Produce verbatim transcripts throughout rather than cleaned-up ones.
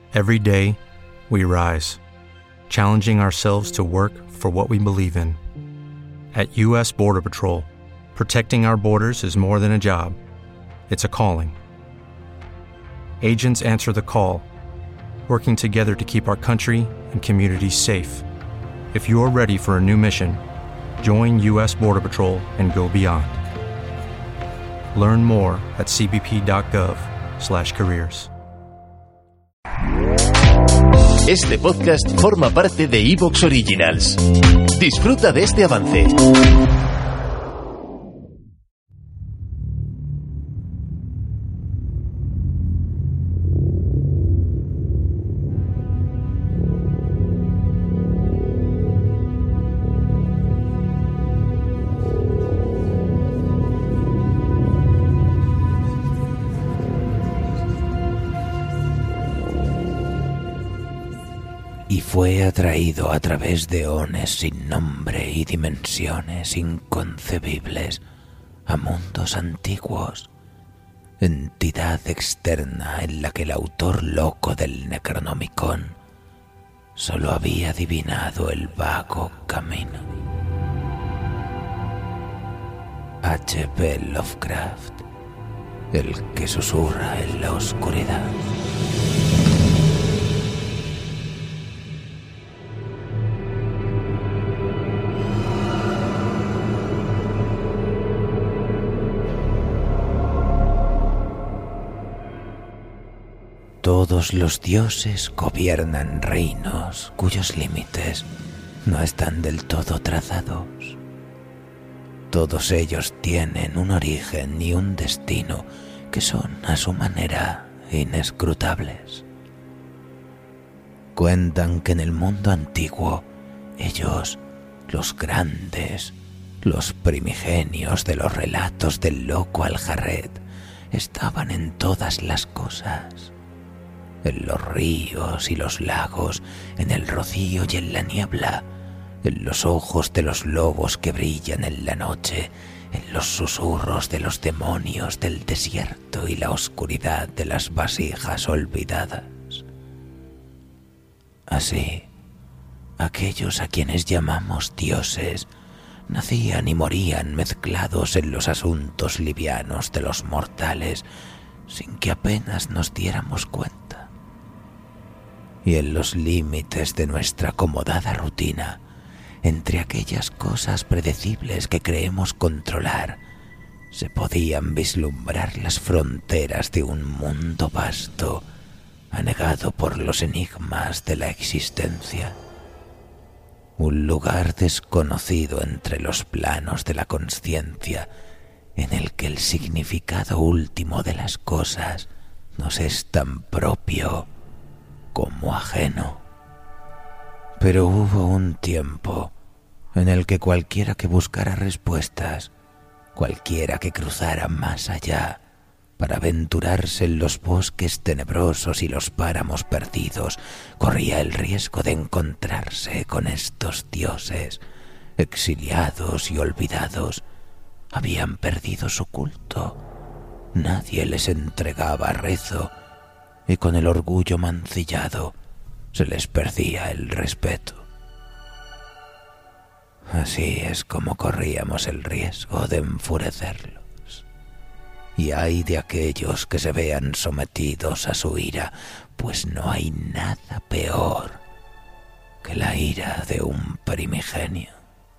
Every day, we rise, challenging ourselves to work for what we believe in. At U S Border Patrol, protecting our borders is more than a job. It's a calling. Agents answer the call, working together to keep our country and communities safe. If you're ready for a new mission, join U S Border Patrol and go beyond. Learn more at c b p dot gov slash careers. Este podcast forma parte de iVoox Originals. Disfruta de este avance. Y fue atraído a través de ones sin nombre y dimensiones inconcebibles a mundos antiguos, entidad externa en la que el autor loco del Necronomicon solo había adivinado el vago camino. H P Lovecraft, el que susurra en la oscuridad. Todos los dioses gobiernan reinos cuyos límites no están del todo trazados. Todos ellos tienen un origen y un destino que son a su manera inescrutables. Cuentan que en el mundo antiguo ellos, los grandes, los primigenios de los relatos del loco Aljaret, estaban en todas las cosas. En los ríos y los lagos, en el rocío y en la niebla, en los ojos de los lobos que brillan en la noche, en los susurros de los demonios del desierto y la oscuridad de las vasijas olvidadas. Así, aquellos a quienes llamamos dioses nacían y morían mezclados en los asuntos livianos de los mortales sin que apenas nos diéramos cuenta. Y en los límites de nuestra acomodada rutina, entre aquellas cosas predecibles que creemos controlar, se podían vislumbrar las fronteras de un mundo vasto, anegado por los enigmas de la existencia. Un lugar desconocido entre los planos de la consciencia, en el que el significado último de las cosas nos es tan propio como ajeno. Pero hubo un tiempo en el que cualquiera que buscara respuestas, cualquiera que cruzara más allá para aventurarse en los bosques tenebrosos y los páramos perdidos, corría el riesgo de encontrarse con estos dioses, exiliados y olvidados. Habían perdido su culto. Nadie les entregaba rezo, y con el orgullo mancillado se les perdía el respeto. Así es como corríamos el riesgo de enfurecerlos. Y ay de aquellos que se vean sometidos a su ira, pues no hay nada peor que la ira de un primigenio.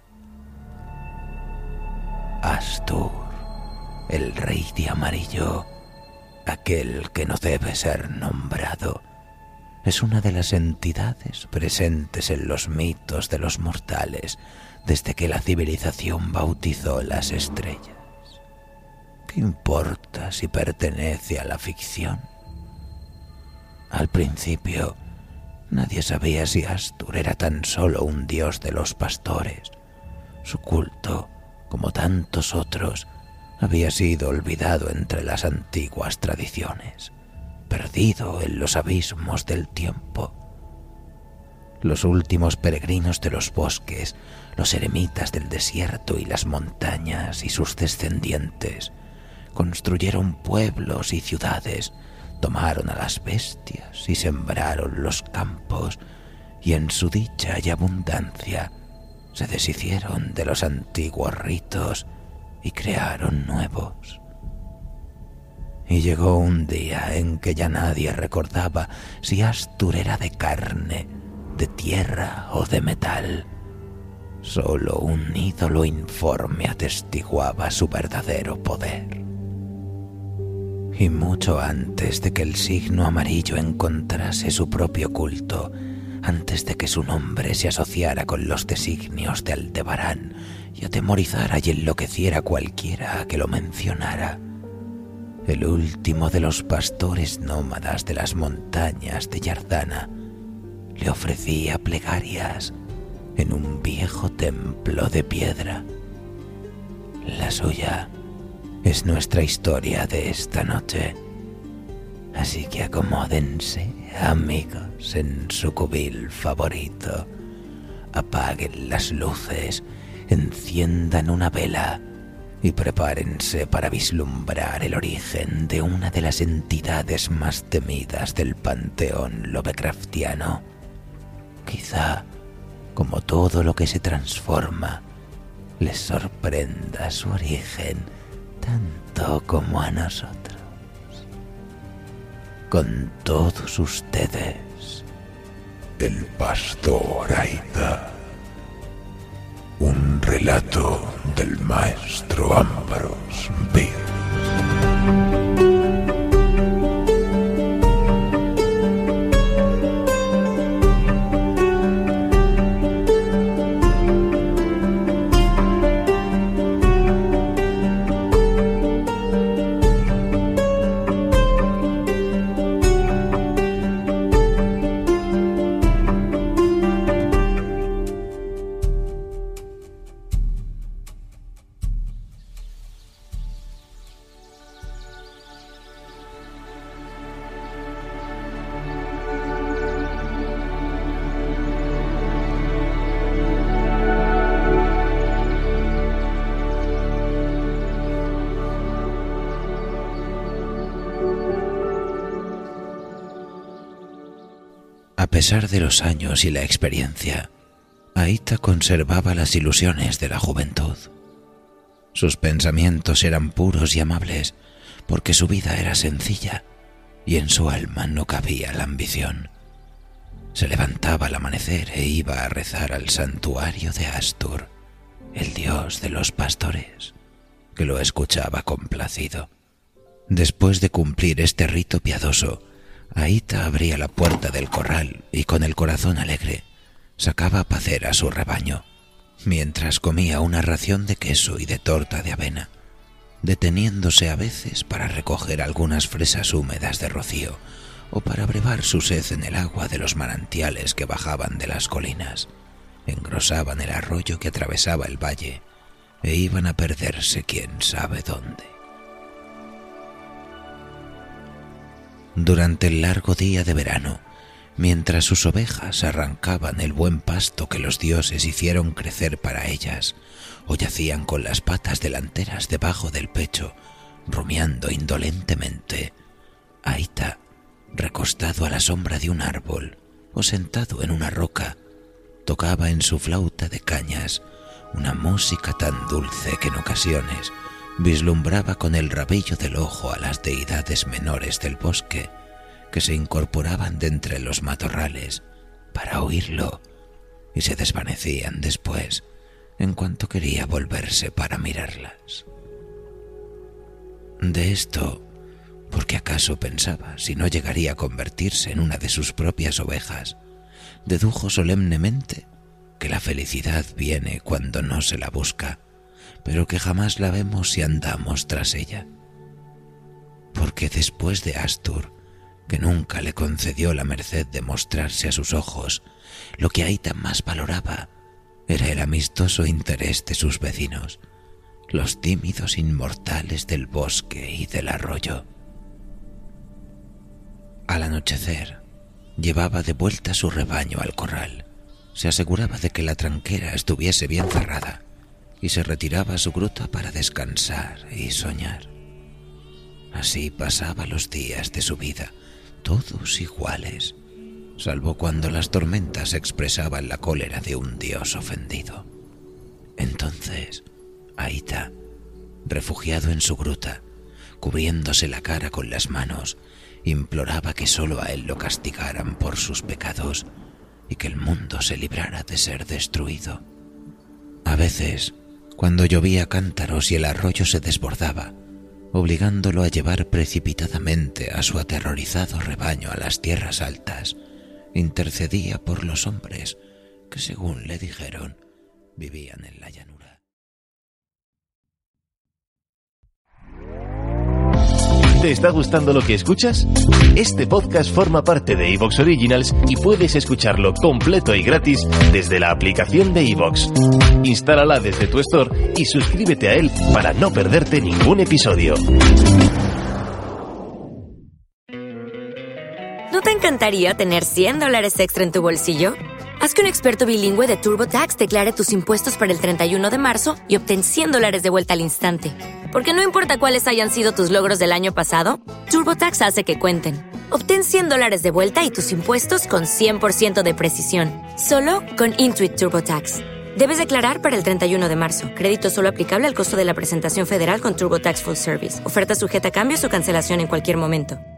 Astur, el rey de amarillo, aquel que no debe ser nombrado, es una de las entidades presentes en los mitos de los mortales desde que la civilización bautizó las estrellas. ¿Qué importa si pertenece a la ficción? Al principio, nadie sabía si Astur era tan solo un dios de los pastores. Su culto, como tantos otros, había sido olvidado entre las antiguas tradiciones, perdido en los abismos del tiempo. Los últimos peregrinos de los bosques, los eremitas del desierto y las montañas y sus descendientes, construyeron pueblos y ciudades Tomaron a las bestias y sembraron los campos, y en su dicha y abundancia se deshicieron de los antiguos ritos y crearon nuevos. Y llegó un día en que ya nadie recordaba si Astur era de carne, de tierra o de metal. Solo un ídolo informe atestiguaba su verdadero poder. Y mucho antes de que el signo amarillo encontrase su propio culto, antes de que su nombre se asociara con los designios de Aldebarán y atemorizara y enloqueciera cualquiera que lo mencionara, el último de los pastores nómadas de las montañas de Yardana le ofrecía plegarias en un viejo templo de piedra. La suya es nuestra historia de esta noche, así que acomódense, amigos, en su cubil favorito, apaguen las luces, enciendan una vela y prepárense para vislumbrar el origen de una de las entidades más temidas del panteón lovecraftiano. Quizá, como todo lo que se transforma, les sorprenda su origen tanto como a nosotros. Con todos ustedes, el pastor Aita. Un relato del maestro Ambrose Bierce. A pesar de los años y la experiencia, Aita conservaba las ilusiones de la juventud. Sus pensamientos eran puros y amables, porque su vida era sencilla, y en su alma no cabía la ambición. Se levantaba al amanecer e iba a rezar al santuario de Astur, el dios de los pastores, que lo escuchaba complacido. Después de cumplir este rito piadoso, Aita abría la puerta del corral y con el corazón alegre sacaba a pacer a su rebaño, mientras comía una ración de queso y de torta de avena, deteniéndose a veces para recoger algunas fresas húmedas de rocío o para brevar su sed en el agua de los manantiales que bajaban de las colinas, engrosaban el arroyo que atravesaba el valle e iban a perderse quién sabe dónde. Durante el largo día de verano, mientras sus ovejas arrancaban el buen pasto que los dioses hicieron crecer para ellas, o yacían con las patas delanteras debajo del pecho, rumiando indolentemente, Aita, recostado a la sombra de un árbol o sentado en una roca, tocaba en su flauta de cañas una música tan dulce que en ocasiones vislumbraba con el rabillo del ojo a las deidades menores del bosque que se incorporaban de entre los matorrales para oírlo y se desvanecían después en cuanto quería volverse para mirarlas. De esto, porque acaso pensaba si no llegaría a convertirse en una de sus propias ovejas, dedujo solemnemente que la felicidad viene cuando no se la busca, pero que jamás la vemos si andamos tras ella. Porque después de Astur, que nunca le concedió la merced de mostrarse a sus ojos, lo que Aita más valoraba era el amistoso interés de sus vecinos, los tímidos inmortales del bosque y del arroyo. Al anochecer, llevaba de vuelta su rebaño al corral, se aseguraba de que la tranquera estuviese bien cerrada y se retiraba a su gruta para descansar y soñar. Así pasaba los días de su vida, todos iguales, salvo cuando las tormentas expresaban la cólera de un dios ofendido. Entonces, Aita, refugiado en su gruta, cubriéndose la cara con las manos, imploraba que solo a él lo castigaran por sus pecados y que el mundo se librara de ser destruido. A veces, cuando llovía cántaros y el arroyo se desbordaba, obligándolo a llevar precipitadamente a su aterrorizado rebaño a las tierras altas, intercedía por los hombres que, según le dijeron, vivían en la llanura. ¿Te está gustando lo que escuchas? Este podcast forma parte de iVoox Originals y puedes escucharlo completo y gratis desde la aplicación de iVoox. Instálala desde tu store y suscríbete a él para no perderte ningún episodio. ¿No te encantaría tener cien dólares extra en tu bolsillo? Haz que un experto bilingüe de TurboTax declare tus impuestos para el treinta y uno de marzo y obtén cien dólares de vuelta al instante. Porque no importa cuáles hayan sido tus logros del año pasado, TurboTax hace que cuenten. Obtén cien dólares de vuelta y tus impuestos con cien por ciento de precisión. Solo con Intuit TurboTax. Debes declarar para el treinta y uno de marzo. Crédito solo aplicable al costo de la presentación federal con TurboTax Full Service. Oferta sujeta a cambios o cancelación en cualquier momento.